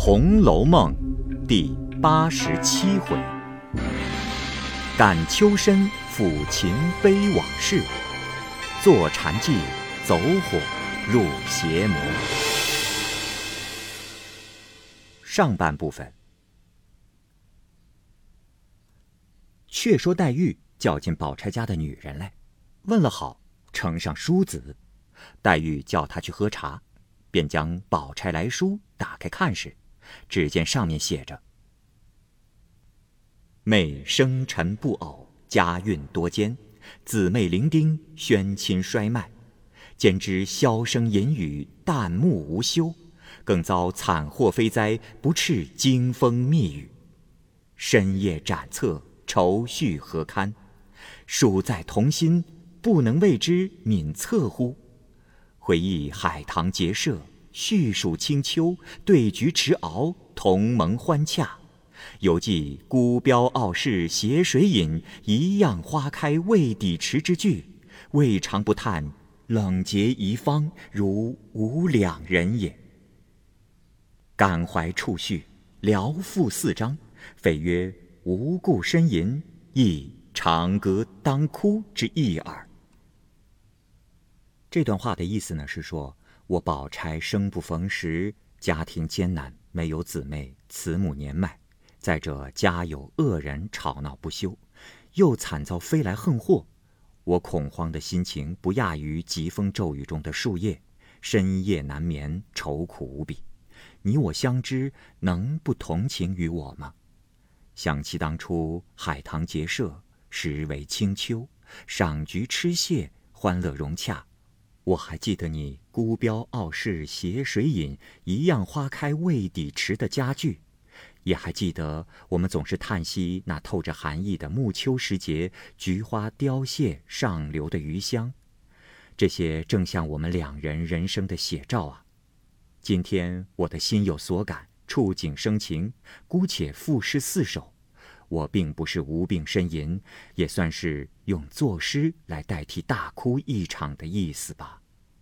红楼梦》第87回：感秋深抚琴悲往事，坐禅寂走火入邪魔。上半部分。却说黛玉叫进宝钗家的女人来，问了好，呈上书子。黛玉叫她去喝茶，便将宝钗来书打开看时，只见上面写着：妹生辰不偶，家运多艰，姊妹伶仃，宣亲衰迈，兼之箫声淫语，旦暮无休，更遭惨祸非灾，不啻惊风密雨，深夜斩册，愁绪何堪？属在同心，不能为之泯恻乎？回忆海棠结社，叙述清秋，对局持鳌，同盟欢洽。犹记孤标傲世斜水饮，一样花开未抵池之句，未尝不叹冷洁遗芳，如无两人也。感怀触绪，聊赋4章，匪曰无故呻吟，亦长歌当哭之意耳。这段话的意思呢，是说我宝钗生不逢时，家庭艰难，没有姊妹，慈母年迈，再者家有恶人吵闹不休，又惨遭飞来横祸，我恐慌的心情不亚于疾风骤雨中的树叶，深夜难眠，愁苦无比。你我相知，能不同情于我吗？想起当初海棠结社，时为清秋，赏菊吃蟹，欢乐融洽，我还记得你孤标傲世斜水饮，一样花开未抵池的佳句，也还记得我们总是叹息那透着寒意的暮秋时节，菊花凋谢上流的余香，这些正像我们两人人生的写照啊。今天我的心有所感，触景生情，姑且赋诗4首。我并不是无病呻吟，也算是用作诗来代替大哭一场的意思吧。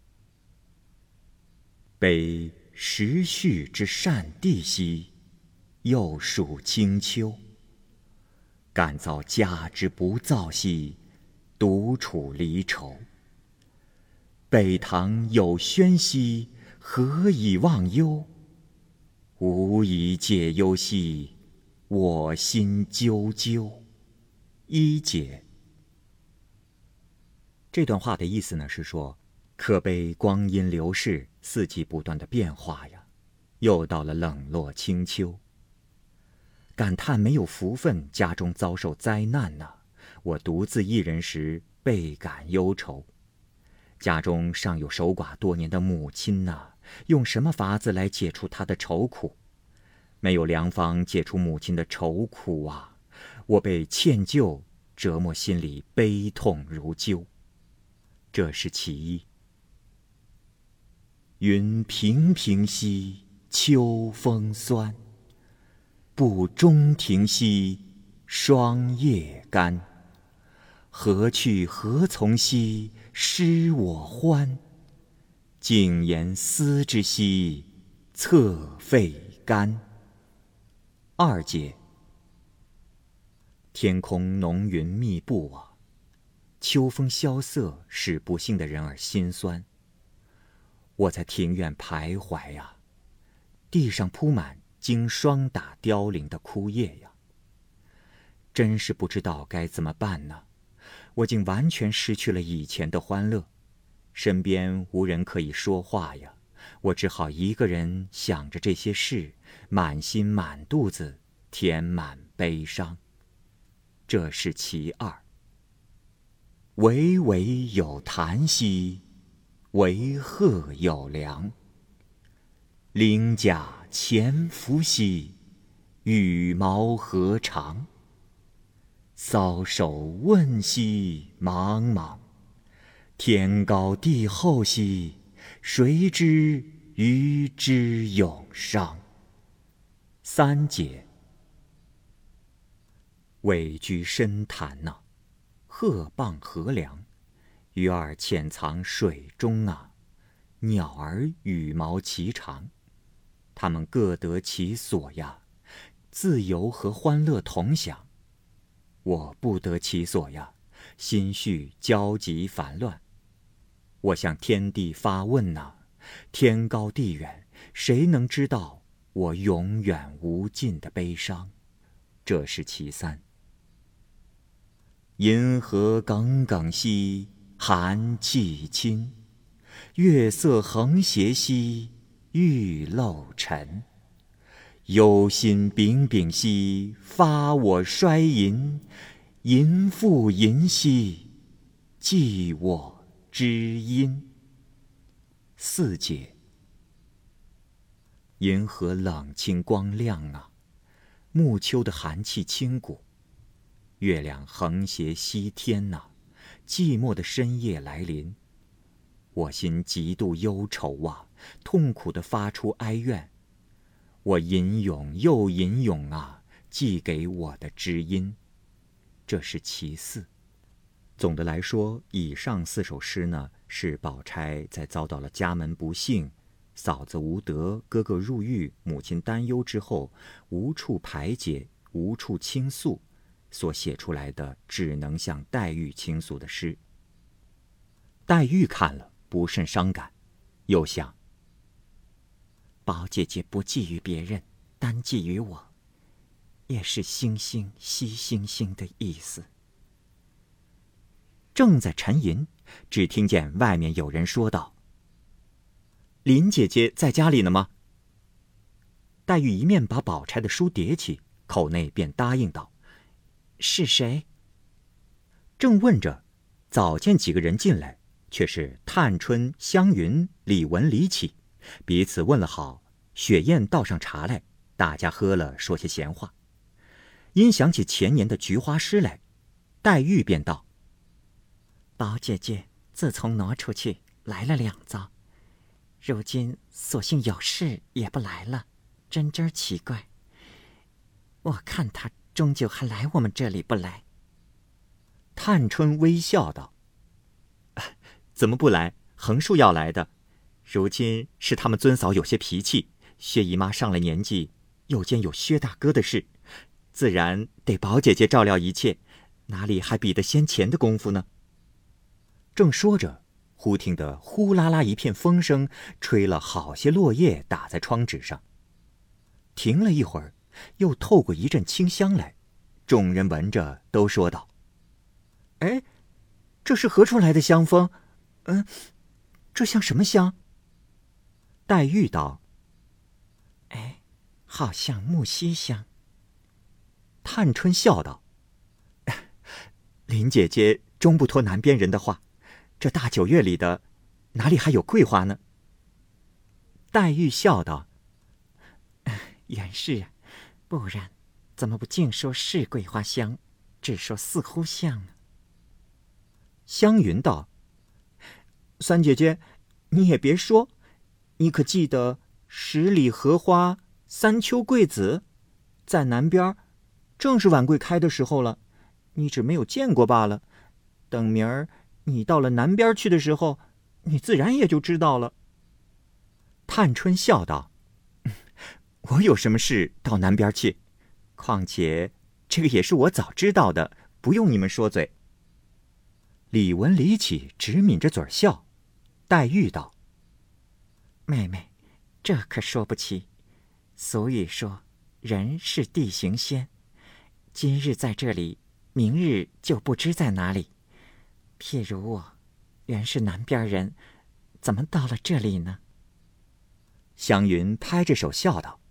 悲时序之善地兮，又属清秋。感遭家之不躁兮，独处离愁。北堂有轩兮，何以忘忧？无以解忧兮，我心啾啾。1节。这段话的意思呢，是说可悲光阴流逝，四季不断的变化呀，又到了冷落清秋。感叹没有福分，家中遭受灾难呢，我独自一人时倍感忧愁。家中尚有守寡多年的母亲呢，用什么法子来解除她的愁苦？没有良方解除母亲的愁苦啊！我被歉疚折磨，心里悲痛如揪。这是其一。云平平兮，秋风酸。不中庭兮，霜叶干。何去何从兮，失我欢。静言思之兮，侧肺肝。2节。天空浓云密布啊，秋风萧瑟，使不幸的人儿心酸。我在庭院徘徊呀，地上铺满经霜打凋零的枯叶呀，真是不知道该怎么办呢。我竟完全失去了以前的欢乐，身边无人可以说话呀，我只好一个人想着这些事，满心满肚子填满悲伤。这是其2。惟惟有痰兮，惟赫有凉。鳞甲潜伏兮，羽毛何长？搔首问兮茫茫，天高地厚兮，谁知鱼之永伤。3节。委居深潭呐，鹤傍河梁，鱼儿潜藏水中啊，鸟儿羽毛齐长。 他们各得其所呀，自由和欢乐同享。我不得其所呀，心绪焦急烦乱。我向天地发问呐，天高地远，谁能知道我永远无尽的悲伤？这是其三。银河耿耿兮，寒气侵；月色横斜兮，玉漏沉。忧心秉秉兮，发我衰淫；淫妇淫兮，寄我知音。4节。银河冷清光亮啊，暮秋的寒气侵骨。月亮横斜西天呐，寂寞的深夜来临。我心极度忧愁啊，痛苦地发出哀怨。我吟咏又吟咏啊，寄给我的知音。这是其4。总的来说，以上4首诗呢，是宝钗在遭到了家门不幸、嫂子无德、哥哥入狱、母亲担忧之后，无处排解、无处倾诉，所写出来的只能向黛玉倾诉的诗。黛玉看了不甚伤感，又想：宝姐姐不寄于别人，单寄于我，也是星星惜星星的意思。正在沉吟，只听见外面有人说道：林姐姐在家里呢吗？黛玉一面把宝钗的书叠起，口内便答应道：是谁？正问着，早见几个人进来，却是探春、湘云、李文、李绮，彼此问了好，雪雁倒上茶来，大家喝了，说些闲话。因想起前年的菊花诗来，黛玉便道：宝姐姐自从挪出去，来了2遭，如今索性有事也不来了，真奇怪。我看她终究还来我们这里不来。探春微笑道：怎么不来？横竖要来的。如今是他们尊嫂有些脾气，薛姨妈上了年纪，又兼有薛大哥的事，自然得宝姐姐照料一切，哪里还比得先前的功夫呢？正说着，忽听得呼啦啦一片风声，吹了好些落叶打在窗纸上。停了一会儿，又透过一阵清香来，众人闻着都说道：哎，这是何处来的香风？这像什么香？黛玉道：哎，好像木樨香。探春笑道：林姐姐终不托南边人的话，这大9月里的，哪里还有桂花呢？黛玉笑道：原是啊，不然怎么不净说是桂花香，只说似乎像呢？湘云道：三姐姐，你也别说，你可记得10里荷花3秋桂子，在南边正是晚桂开的时候了，你只没有见过罢了。等明儿你到了南边去的时候，你自然也就知道了。探春笑道：我有什么事到南边去？况且这个也是我早知道的，不用你们说嘴。李文、李绮直抿着嘴笑。黛玉道：妹妹，这可说不齐。俗语说人是地形先，今日在这里，明日就不知在哪里。譬如我原是南边人，怎么到了这里呢？湘云拍着手笑道：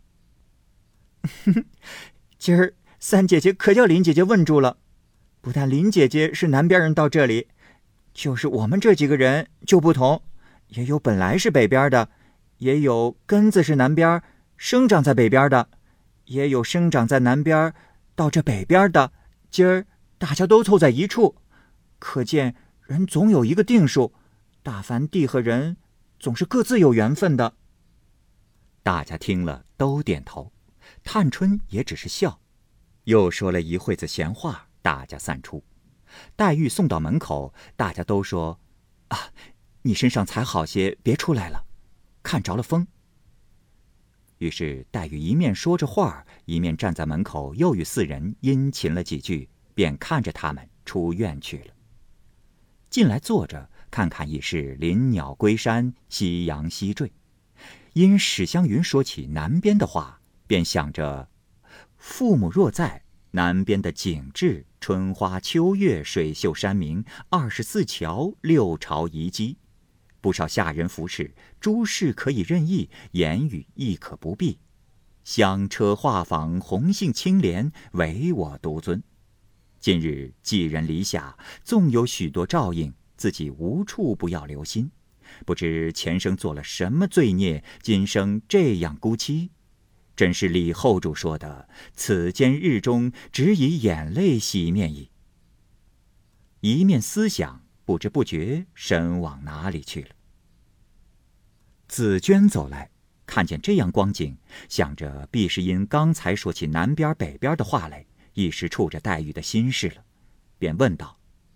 今儿三姐姐可叫林姐姐问住了，不但林姐姐是南边人到这里，就是我们这几个人就不同，也有本来是北边的，也有根子是南边生长在北边的，也有生长在南边到这北边的。今儿大家都凑在一处，可见人总有一个定数，大凡地和人总是各自有缘分的。大家听了都点头，探春也只是笑，又说了一会子闲话，大家散出。黛玉送到门口，大家都说：你身上才好些，别出来了，看着了风。 于是黛玉一面说着话，一面站在门口，又与四人殷勤了几句，便看着他们出院去了。进来坐着，看看已是林鸟归山，夕阳西坠。因史湘云说起南边的话，便想着父母若在，南边的景致，春花秋月，水秀山明，24桥6朝遗迹，不少下人服侍，诸事可以任意，言语亦可不必。香车画舫，红杏青莲，唯我独尊。今日寄人篱下，纵有许多照应，自己无处不要留心。不知前生做了什么罪孽，今生这样孤凄。真是李后主说的，此间日中，只以眼泪洗面矣。一面思想，不知不觉身往哪里去了。紫娟走来，看见这样光景，想着必是因刚才说起南边北边的话来，一时触着黛玉的心事了，便问道：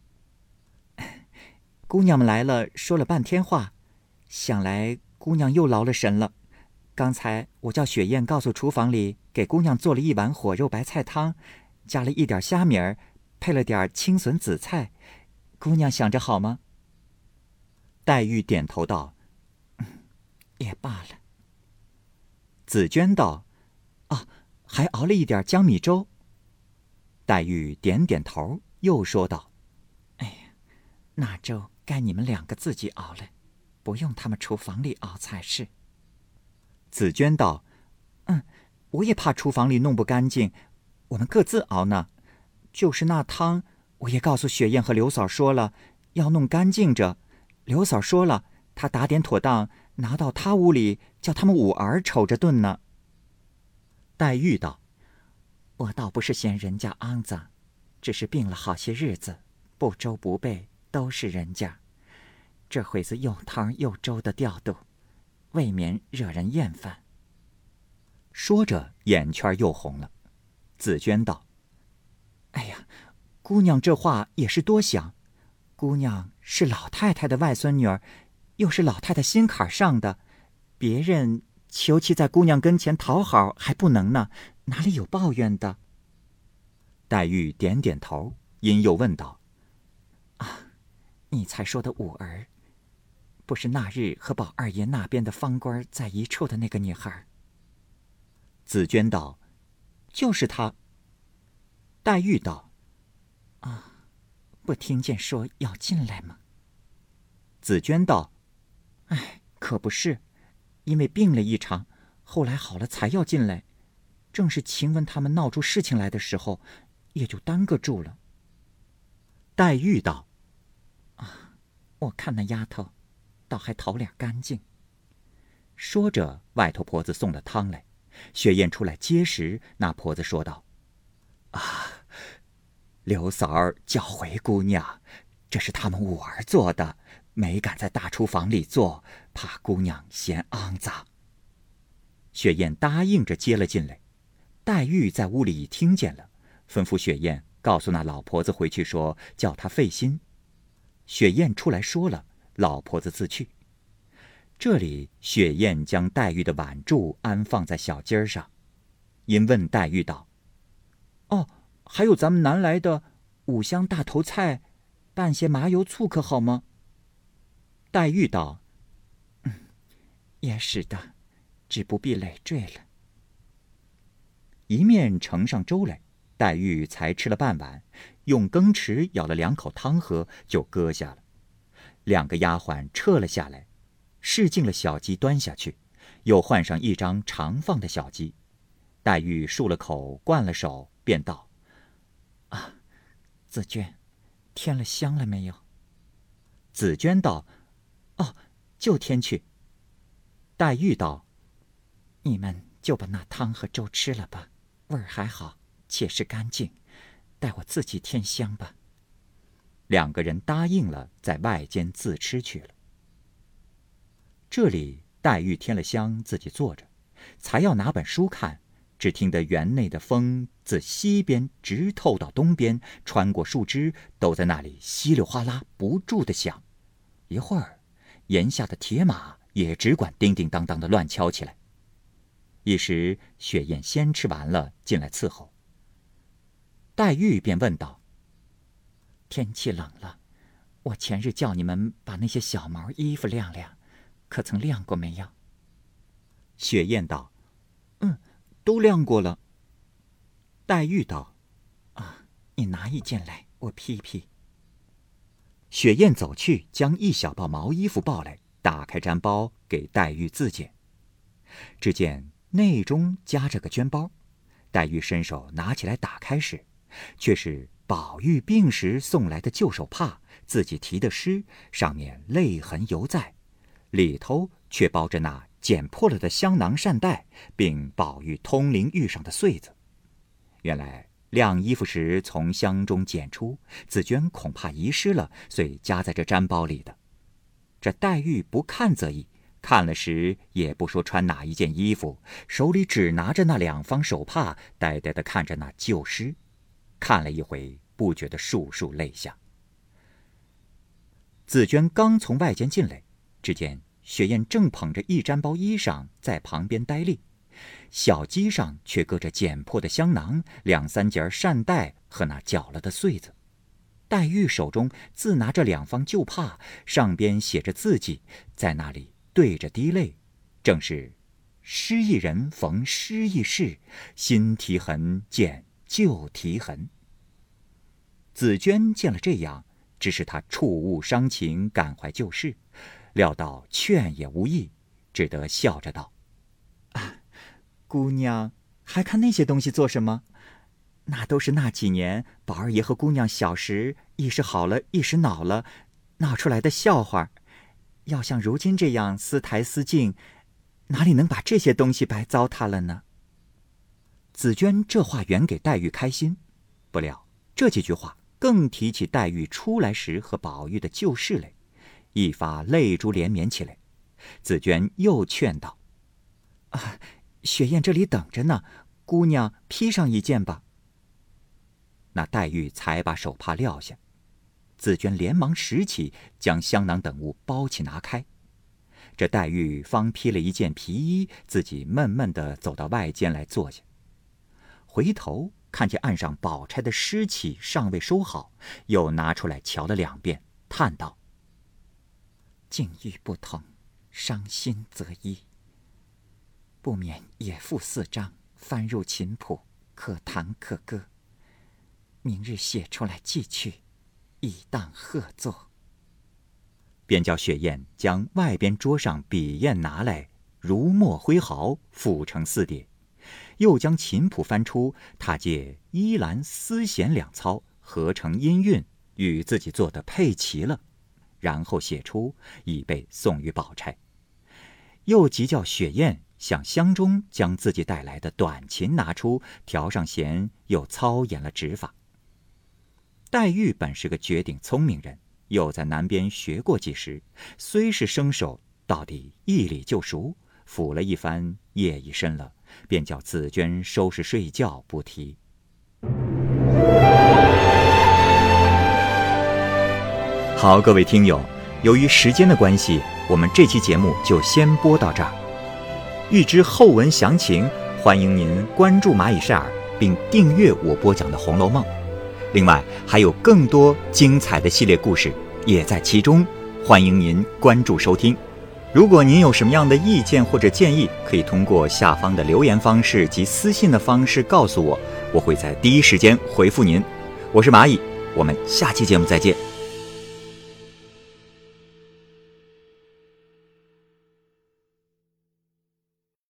姑娘们来了，说了半天话，想来姑娘又劳了神了。刚才我叫雪雁告诉厨房里，给姑娘做了一碗火肉白菜汤，加了一点虾米儿，配了点青笋紫菜，姑娘想着好吗？黛玉点头道：也罢了。紫娟道：还熬了一点江米粥。黛玉点点头，又说道：哎呀，那粥该你们2个自己熬了，不用他们厨房里熬才是。紫娟道：我也怕厨房里弄不干净，我们各自熬呢。就是那汤，我也告诉雪雁和刘嫂说了，要弄干净着。刘嫂说了，她打点妥当，拿到她屋里，叫他们5儿瞅着炖呢。黛玉道：我倒不是嫌人家肮脏，只是病了好些日子，不粥不备，都是人家。这会子又汤又粥的调度，未免惹人厌烦。说着眼圈又红了。紫娟道：哎呀，姑娘这话也是多想，姑娘是老太太的外孙女儿，又是老太太心坎上的，别人求其在姑娘跟前讨好还不能呢，哪里有抱怨的？黛玉点点头，因又问道：你才说的5儿，不是那日和宝二爷那边的方官在一处的那个女孩？紫娟道：就是她。黛玉道：不听见说要进来吗？紫娟道：可不是，因为病了一场，后来好了才要进来，正是晴雯他们闹出事情来的时候，也就耽搁住了。黛玉道：我看那丫头倒还讨脸干净。说着，外头婆子送了汤来，雪雁出来接时，那婆子说道：刘嫂儿叫回姑娘，这是他们5儿做的，没敢在大厨房里做，怕姑娘嫌肮脏。雪雁答应着接了进来。黛玉在屋里已听见了，吩咐雪雁告诉那老婆子回去说，叫她费心。雪雁出来说了，老婆子自去。这里雪雁将黛玉的碗箸安放在小阶上，因问黛玉道：还有咱们南来的5香大头菜，拌些麻油醋可好吗？黛玉道：也是的，只不必累赘了。一面盛上粥来，黛玉才吃了半碗，用羹匙舀了2口汤喝，就搁下了。2个丫鬟撤了下来，试净了小鸡端下去，又换上一张长放的小鸡。黛玉漱了口，灌了手，便道：紫娟，添了香了没有？紫娟道：就添去。黛玉道：你们就把那汤和粥吃了吧，味儿还好，且是干净，待我自己添香吧。2个人答应了，在外间自吃去了。这里黛玉添了香，自己坐着，才要拿本书看，只听得园内的风自西边直透到东边，穿过树枝，都在那里稀里哗啦不住地响。一会儿，檐下的铁马也只管叮叮当当的乱敲起来。 一时雪雁先吃完了，进来伺候。黛玉便问道：“天气冷了，我前日叫你们把那些小毛衣服晾晾，可曾晾过没有？”雪雁道：“都晾过了。”黛玉道：“你拿一件来，我披披。”雪雁走去，将一小包毛衣服抱来，打开毡包给黛玉自检。只见内中夹着个绢包，黛玉伸手拿起来打开时，却是宝玉病时送来的旧手帕，自己题的诗，上面泪痕犹在，里头却包着那剪破了的香囊扇带，并宝玉通灵玉上的穗子。原来晾衣服时从箱中捡出，紫鹃恐怕遗失了，遂夹在这毡包里的。这黛玉不看则已，看了时也不说穿哪一件衣服，手里只拿着那2方手帕，呆呆地看着那旧诗，看了一回，不觉得簌簌泪下。紫鹃刚从外间进来，只见雪雁正捧着一毡包衣裳在旁边呆立，小机上却搁着剪破的香囊，2、3节扇带和那绞了的穗子。黛玉手中自拿着2方旧帕，上边写着字迹，在那里对着滴泪，正是失意人逢失意事，新题痕见旧题痕。紫鹃见了这样，只是她触物伤情，感怀旧事，料到劝也无益，只得笑着道：“姑娘还看那些东西做什么？那都是那几年宝二爷和姑娘小时一时好了一时恼了，闹出来的笑话。要像如今这样私台私敬，哪里能把这些东西白糟蹋了呢？”紫鹃这话原给黛玉开心，不料这几句话更提起黛玉出来时和宝玉的旧事来，一发泪珠连绵起来。紫鹃又劝道：“雪雁这里等着呢，姑娘披上一件吧。”那黛玉才把手帕撂下，紫鹃连忙拾起，将香囊等物包起拿开。这黛玉方披了一件皮衣，自己闷闷地走到外间来坐下，回头看见案上宝钗的诗起尚未收好，又拿出来瞧了2遍，叹道：“境遇不同，伤心则一，不免也附4章，翻入琴谱，可弹可歌。明日写出来寄去，以当贺作。”便叫雪雁将外边桌上笔砚拿来，如墨挥毫，复成4叠，又将琴谱翻出，他借依兰丝弦2操，合成音韵，与自己做的配齐了，然后写出，以备送与宝钗。又即叫雪雁向箱中将自己带来的短琴拿出，调上弦，又操演了指法。黛玉本是个绝顶聪明人，又在南边学过几时，虽是生手，到底一理就熟，抚了一番，夜已深了，便叫紫鹃收拾睡觉，不提。好，各位听友，由于时间的关系，我们这期节目就先播到这儿。欲知后文详情，欢迎您关注蚂蚁晒尔，并订阅我播讲的《红楼梦》。另外还有更多精彩的系列故事也在其中，欢迎您关注收听。如果您有什么样的意见或者建议，可以通过下方的留言方式及私信的方式告诉我，我会在第一时间回复您。我是蚂蚁，我们下期节目再见。